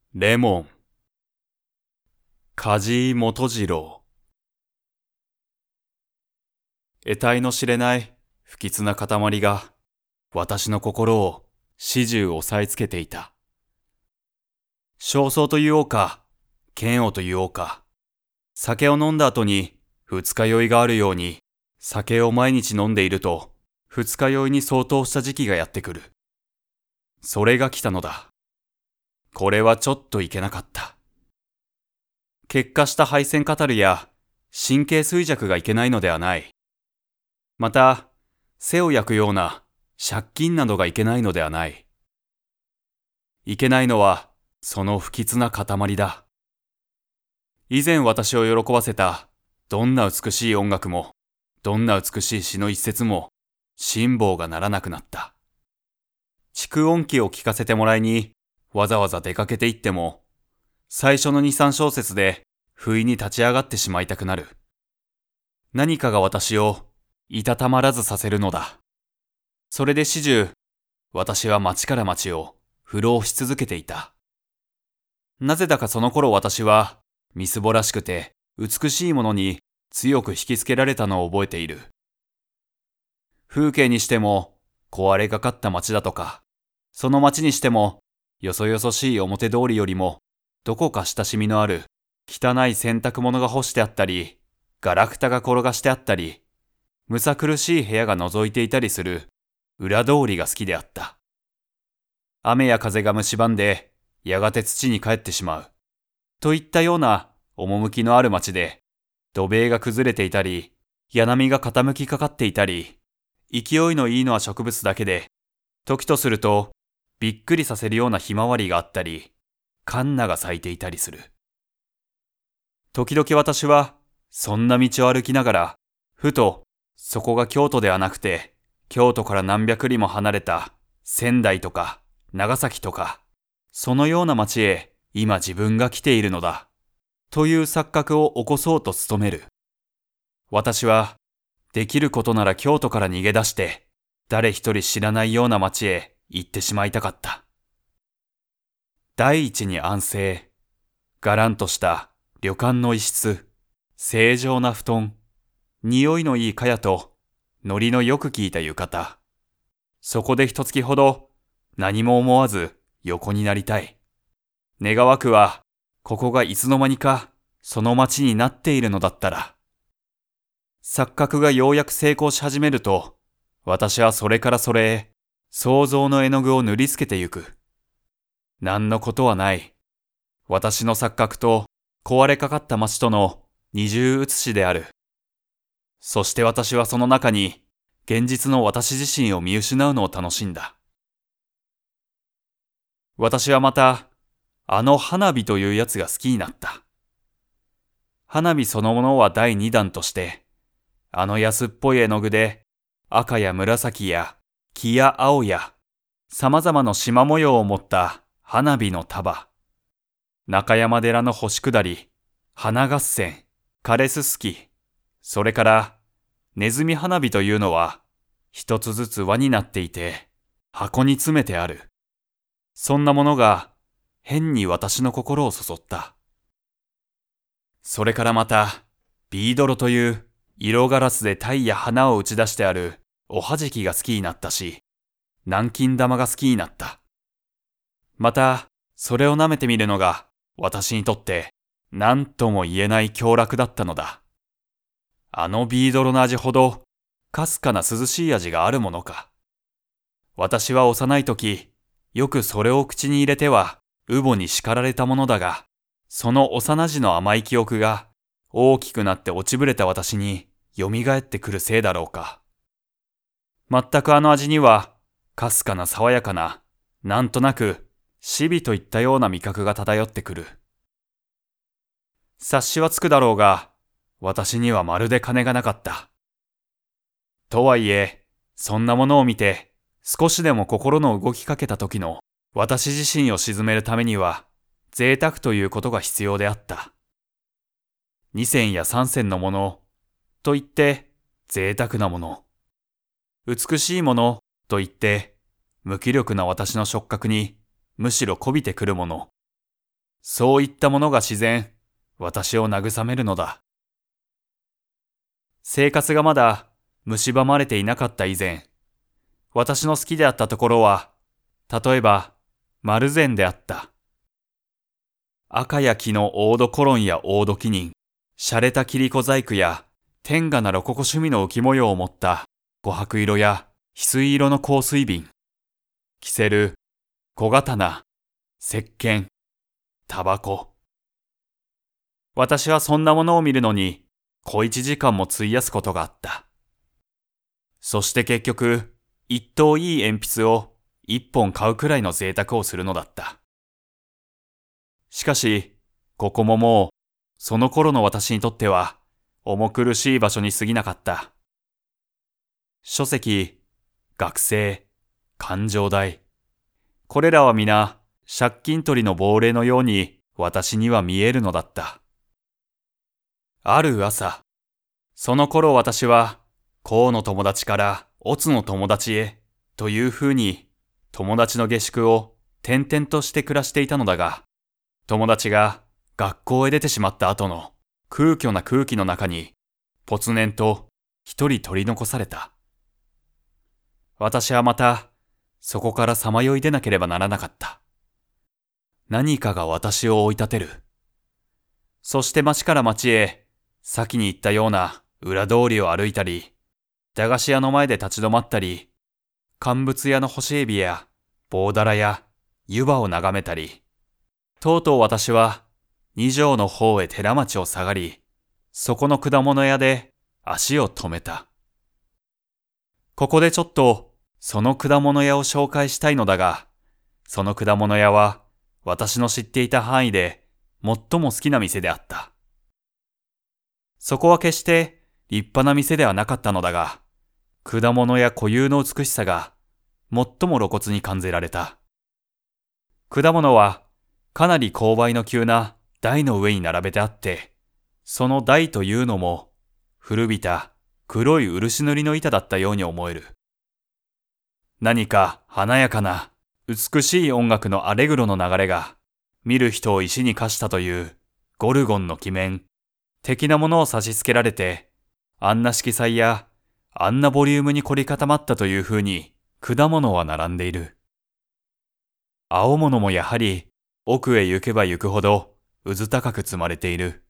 レモン、梶井元次郎。得体の知れない不吉な塊が私の心を始終押さえつけていた。焦燥と言おうか、嫌悪と言おうか、酒を飲んだ後に二日酔いがあるように、酒を毎日飲んでいると二日酔いに相当した時期がやってくる。それが来たのだ。これはちょっといけなかった。結果した敗戦カタルや神経衰弱がいけないのではない。また、背を焼くような借金などがいけないのではない。いけないのはその不吉な塊だ。以前私を喜ばせたどんな美しい音楽も、どんな美しい詩の一節も辛抱がならなくなった。蓄音機を聞かせてもらいにわざわざ出かけて行っても、最初の2、3小節で不意に立ち上がってしまいたくなる。何かが私をいたたまらずさせるのだ。それで始終、私は街から街を浮浪し続けていた。なぜだかその頃私は、みすぼらしくて美しいものに強く引きつけられたのを覚えている。風景にしても壊れかかった街だとか、その街にしてもよそよそしい表通りよりもどこか親しみのある汚い洗濯物が干してあったり、ガラクタが転がしてあったり、むさ苦しい部屋が覗いていたりする裏通りが好きであった。雨や風が蝕んでやがて土に帰ってしまうといったような趣のある街で、土塀が崩れていたり、柳波が傾きかかっていたり、勢いのいいのは植物だけで、時とするとびっくりさせるようなひまわりがあったり、カンナが咲いていたりする。時々私はそんな道を歩きながら、ふとそこが京都ではなくて、京都から何百里も離れた仙台とか長崎とか、そのような町へ今自分が来ているのだ、という錯覚を起こそうと努める。私はできることなら京都から逃げ出して、誰一人知らないような町へ行ってしまいたかった。第一に安静、がらんとした旅館の一室、正常な布団、匂いのいい茅と、のりのよく効いた浴衣。そこで一月ほど何も思わず横になりたい。願わくは、ここがいつの間にかその町になっているのだったら。錯覚がようやく成功し始めると、私はそれからそれへ想像の絵の具を塗りつけてゆく。何のことはない。私の錯覚と壊れかかった町との二重写しである。そして私はその中に現実の私自身を見失うのを楽しんだ。私はまたあの花火というやつが好きになった。花火そのものは第二弾として、あの安っぽい絵の具で赤や紫や黄や青や様々な縞模様を持った花火の束、中山寺の星下り、花合戦、枯れすすき、それからネズミ花火というのは一つずつ輪になっていて箱に詰めてある。そんなものが変に私の心をそそった。それからまたビードロという色ガラスで鯛や花を打ち出してあるおはじきが好きになったし、南京玉が好きになった。またそれを舐めてみるのが私にとって何とも言えない享楽だったのだ。あのビードロの味ほどかすかな涼しい味があるものか。私は幼い時、よくそれを口に入れては乳母に叱られたものだが、その幼児の甘い記憶が大きくなって落ちぶれた私に蘇ってくるせいだろうか。全くあの味にはかすかな爽やかな、なんとなく死火といったような味覚が漂ってくる。察しはつくだろうが、私にはまるで金がなかった。とはいえ、そんなものを見て少しでも心の動きかけた時の私自身を鎮めるためには贅沢ということが必要であった。二銭や三銭のものと言って贅沢なもの、美しいものと言って無気力な私の触覚にむしろ媚びてくるもの、 そういったものが自然、私を慰めるのだ。生活がまだ蝕まれていなかった以前、私の好きであったところは、例えば、丸善であった。赤や木の大戸コロンや大戸木人、洒落た切子細工や天下なロココ趣味の浮模様を持った琥珀色や翡翠色の香水瓶、キセル、小刀、石鹸、タバコ。私はそんなものを見るのに小一時間も費やすことがあった。そして結局、一等いい鉛筆を一本買うくらいの贅沢をするのだった。しかし、ここももう、その頃の私にとっては、重苦しい場所に過ぎなかった。書籍、学生、勘定代。これらは皆、借金取りの亡霊のように私には見えるのだった。ある朝、その頃私は、甲の友達から乙の友達へ、というふうに、友達の下宿を転々として暮らしていたのだが、友達が学校へ出てしまった後の空虚な空気の中に、ぽつねんと一人取り残された。私はまた、そこからさまよい出なければならなかった。何かが私を追い立てる。そして町から町へ、先に行ったような裏通りを歩いたり、駄菓子屋の前で立ち止まったり、乾物屋の干しエビや棒だらや湯葉を眺めたり、とうとう私は二条の方へ寺町を下がり、そこの果物屋で足を止めた。ここでちょっとその果物屋を紹介したいのだが、その果物屋は私の知っていた範囲で最も好きな店であった。そこは決して立派な店ではなかったのだが、果物や固有の美しさが最も露骨に感じられた。果物はかなり勾配の急な台の上に並べてあって、その台というのも古びた黒い漆塗りの板だったように思える。何か華やかな美しい音楽のアレグロの流れが見る人を石に化したというゴルゴンの鬼面的なものを差し付けられて、あんな色彩やあんなボリュームに凝り固まったというふうに果物は並んでいる。青物もやはり奥へ行けば行くほどうず高く積まれている。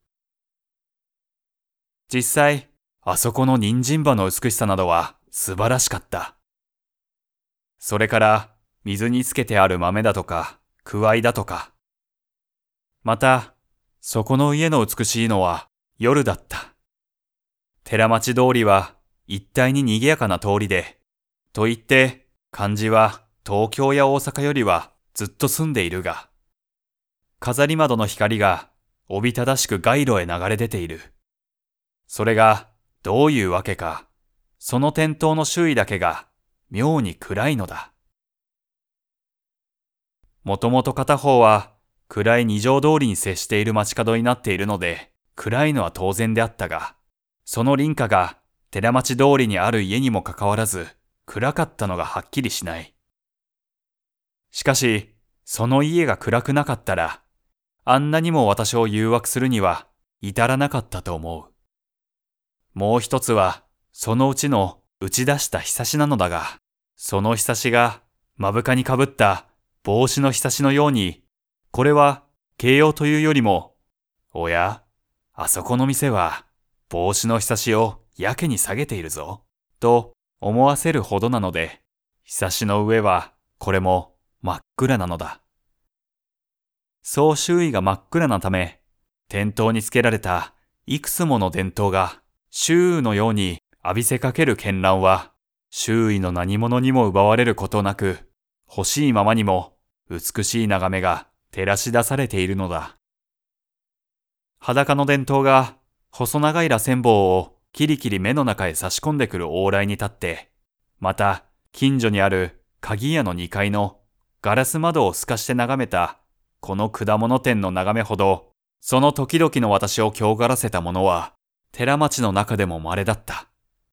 実際、あそこの人参葉の美しさなどは素晴らしかった。それから水につけてある豆だとか、くわいだとか。また、そこの家の美しいのは夜だった。寺町通りは一帯に賑やかな通りで、と言って漢字は東京や大阪よりはずっと住んでいるが、飾り窓の光がおびただしく街路へ流れ出ている。それがどういうわけか、その店頭の周囲だけが妙に暗いのだ。もともと片方は暗い二条通りに接している街角になっているので、暗いのは当然であったが、その隣家が寺町通りにある家にもかかわらず、暗かったのがはっきりしない。しかし、その家が暗くなかったら、あんなにも私を誘惑するには至らなかったと思う。もう一つは、そのうちの打ち出したひさしなのだが、そのひさしが目深にかぶった帽子のひさしのように、これは形容というよりも、おや、あそこの店は帽子のひさしをやけに下げているぞ、と思わせるほどなので、ひさしの上はこれも真っ暗なのだ。そう周囲が真っ暗なため、店頭につけられたいくつもの電灯が周囲のように浴びせかける絢爛は、周囲の何者にも奪われることなく、欲しいままにも美しい眺めが照らし出されているのだ。裸の電灯が細長い螺旋棒をキリキリ目の中へ差し込んでくる往来に立って、また近所にある鍵屋の2階のガラス窓を透かして眺めたこの果物店の眺めほど、その時々の私を狂がらせたものは寺町の中でも稀だった。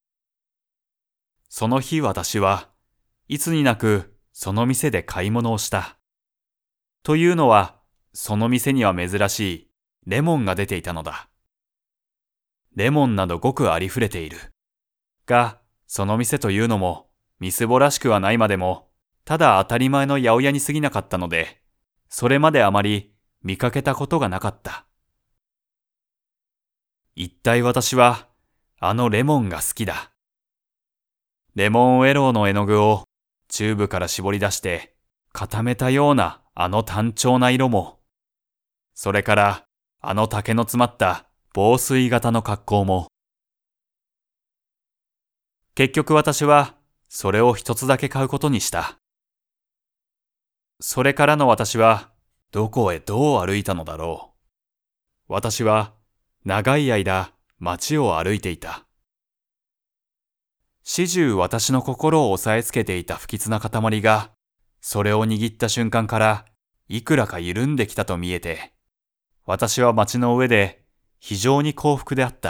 その日私はいつになくその店で買い物をした。というのは、 その店には珍しいレモンが出ていたのだ。レモンなどごくありふれている。が、その店というのも、みすぼらしくはないまでも、ただ当たり前の八百屋に過ぎなかったので、それまであまり見かけたことがなかった。一体私は、あのレモンが好きだ。レモンエローの絵の具をチューブから絞り出して固めたようなあの単調な色も、それからあの竹の詰まった防水型の格好も。結局私はそれを一つだけ買うことにした。それからの私はどこへどう歩いたのだろう。私は長い間街を歩いていた。始終私の心を押さえつけていた不吉な塊が、それを握った瞬間からいくらか緩んできたと見えて、私は街の上で非常に幸福であった。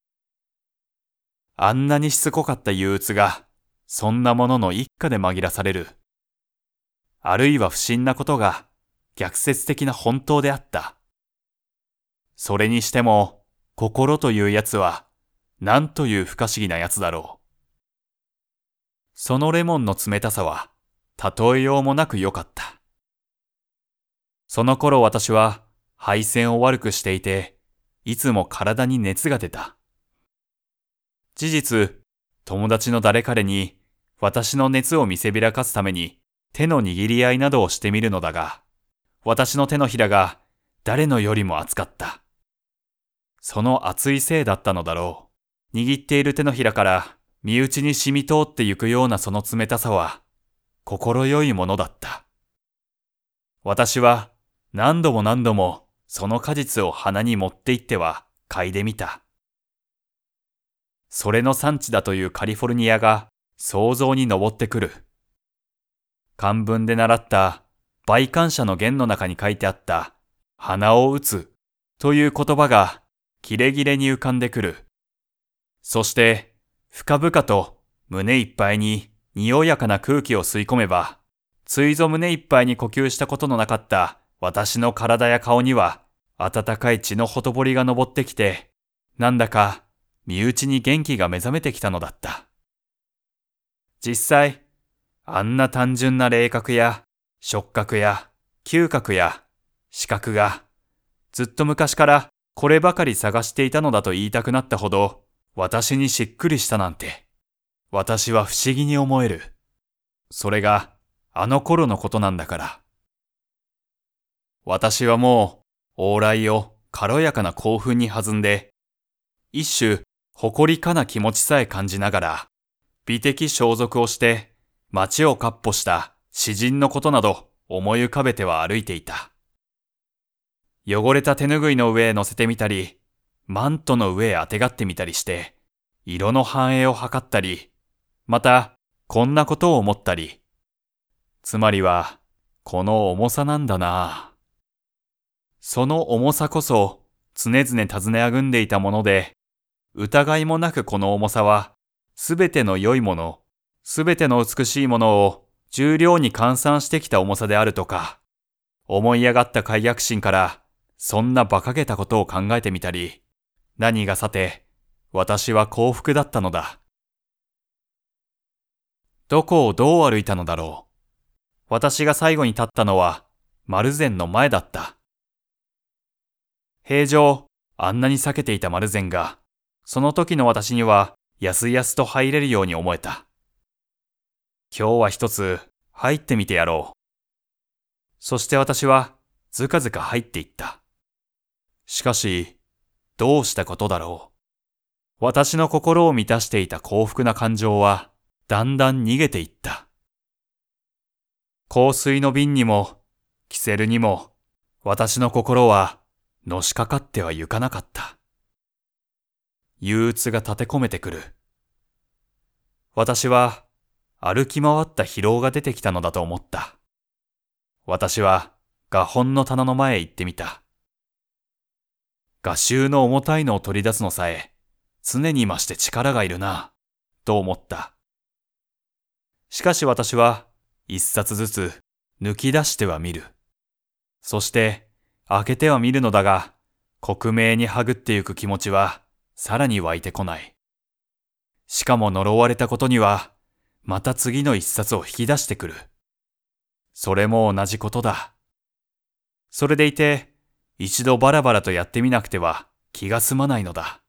あんなにしつこかった憂鬱が、そんなものの一家で紛らされる。あるいは不審なことが逆説的な本当であった。それにしても、心というやつは、なんという不可思議なやつだろう。そのレモンの冷たさは、例えようもなく良かった。その頃私は、配線を悪くしていて、いつも体に熱が出た。事実、友達の誰彼に、私の熱を見せびらかすために、手の握り合いなどをしてみるのだが、私の手のひらが誰のよりも熱かった。その熱いせいだったのだろう。握っている手のひらから身内に染み通ってゆくようなその冷たさは、心よいものだった。私は何度も何度もその果実を鼻に持って行っては嗅いでみた。それの産地だというカリフォルニアが想像に上ってくる。漢文で習った梅感謝の言の中に書いてあった鼻を打つという言葉がキレキレに浮かんでくる。そして深々と胸いっぱいに匂やかな空気を吸い込めば、ついぞ胸いっぱいに呼吸したことのなかった私の体や顔には温かい血のほとぼりが昇ってきて、なんだか身内に元気が目覚めてきたのだった。実際、あんな単純な霊覚や触覚や嗅覚や視覚がずっと昔からこればかり探していたのだと言いたくなったほど私にしっくりしたなんて、私は不思議に思える。それがあの頃のことなんだから。私はもう往来を軽やかな興奮に弾んで、一種誇りかな気持ちさえ感じながら、美的装束をして街を闊歩した詩人のことなど思い浮かべては歩いていた。汚れた手ぬぐいの上へ乗せてみたり、マントの上へあてがってみたりして、色の反映を測ったり、またこんなことを思ったり。つまりは、この重さなんだな。その重さこそ常々尋ねあぐんでいたもので、疑いもなくこの重さは、すべての良いもの、すべての美しいものを重量に換算してきた重さであるとか、思い上がった快楽心からそんな馬鹿げたことを考えてみたり、何がさて、私は幸福だったのだ。どこをどう歩いたのだろう。私が最後に立ったのは丸善の前だった。平常、あんなに避けていた丸善が、その時の私にはやすやすと入れるように思えた。今日は一つ入ってみてやろう。そして私はずかずか入っていった。しかし、どうしたことだろう。私の心を満たしていた幸福な感情はだんだん逃げていった。香水の瓶にも、キセルにも、私の心はのしかかってはゆかなかった。憂鬱が立て込めてくる。私は歩き回った疲労が出てきたのだと思った。私は画本の棚の前へ行ってみた。画集の重たいのを取り出すのさえ、常に増して力がいるな、と思った。しかし私は一冊ずつ抜き出してはみる。そして開けては見るのだが、克明にはぐってゆく気持ちはさらに湧いてこない。しかも呪われたことには、また次の一冊を引き出してくる。それも同じことだ。それでいて、一度バラバラとやってみなくては気が済まないのだ。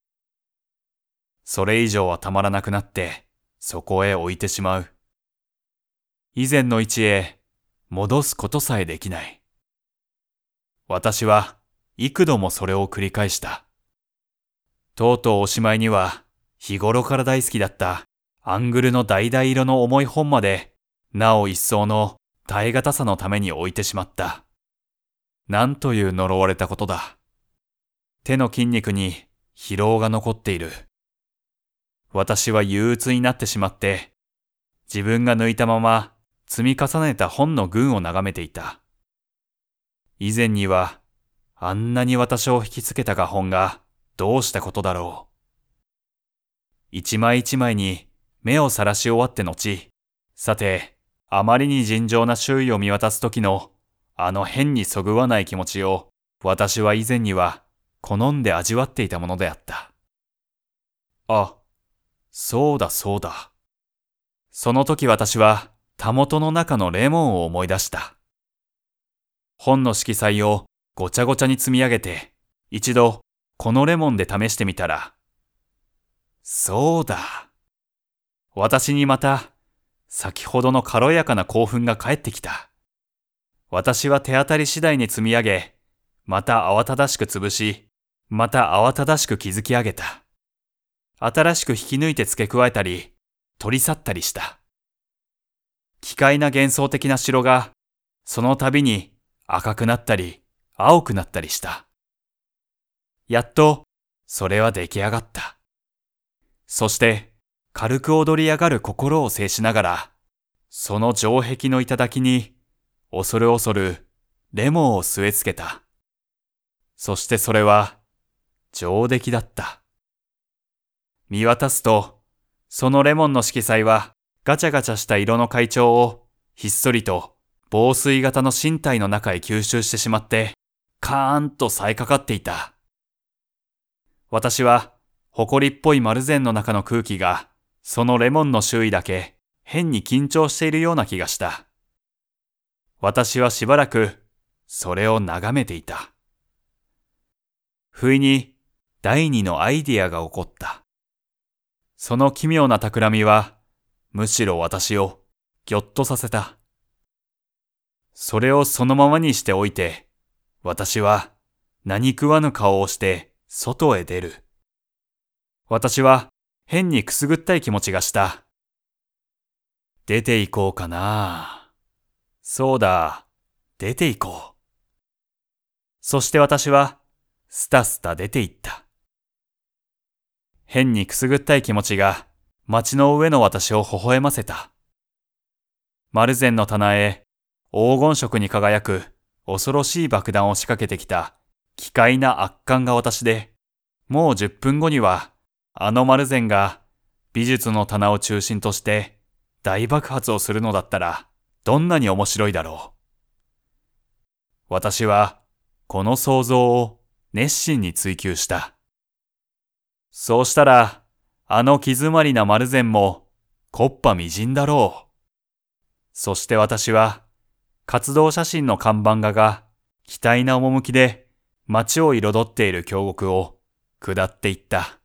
それ以上はたまらなくなって、そこへ置いてしまう。以前の位置へ戻すことさえできない。私は幾度もそれを繰り返した。とうとうおしまいには、日頃から大好きだったアングルの橙色の重い本まで、なお一層の耐え難さのために置いてしまった。なんという呪われたことだ。手の筋肉に疲労が残っている。私は憂鬱になってしまって、自分が抜いたまま積み重ねた本の群を眺めていた。以前にはあんなに私を引きつけた画本がどうしたことだろう。一枚一枚に目をさらし終わって後、さて、あまりに尋常な周囲を見渡す時のあの変にそぐわない気持ちを私は以前には好んで味わっていたものであった。あ、そうだそうだ。その時私はたもとの中のレモンを思い出した。本の色彩をごちゃごちゃに積み上げて、一度このレモンで試してみたら、そうだ。私にまた先ほどの軽やかな興奮が返ってきた。私は手当たり次第に積み上げ、また慌ただしく潰し、また慌ただしく築き上げた。新しく引き抜いて付け加えたり、取り去ったりした。奇怪な幻想的な城が、その度に赤くなったり、青くなったりした。やっと、それは出来上がった。そして、軽く踊り上がる心を制しながら、その城壁の頂に、恐る恐るレモンを据え付けた。そしてそれは、上出来だった。見渡すと、そのレモンの色彩はガチャガチャした色の階調をひっそりと防水型の身体の中へ吸収してしまって、カーンと冴えかかっていた。私は、埃っぽい丸善の中の空気が、そのレモンの周囲だけ変に緊張しているような気がした。私はしばらく、それを眺めていた。不意に、第二のアイディアが起こった。その奇妙な企みは、むしろ私をぎょっとさせた。それをそのままにしておいて、私は何食わぬ顔をして外へ出る。私は変にくすぐったい気持ちがした。出て行こうかな。そうだ、出て行こう。そして私はスタスタ出て行った。変にくすぐったい気持ちが街の上の私を微笑ませた。丸善の棚へ黄金色に輝く恐ろしい爆弾を仕掛けてきた奇怪な悪漢が私で、もう10分後にはあの丸善が美術の棚を中心として大爆発をするのだったらどんなに面白いだろう。私はこの想像を熱心に追求した。そうしたら、あの気詰まりな丸善も、木っ端みじんだろう。そして私は、活動写真の看板画が、期待な趣で街を彩っている峡谷を下っていった。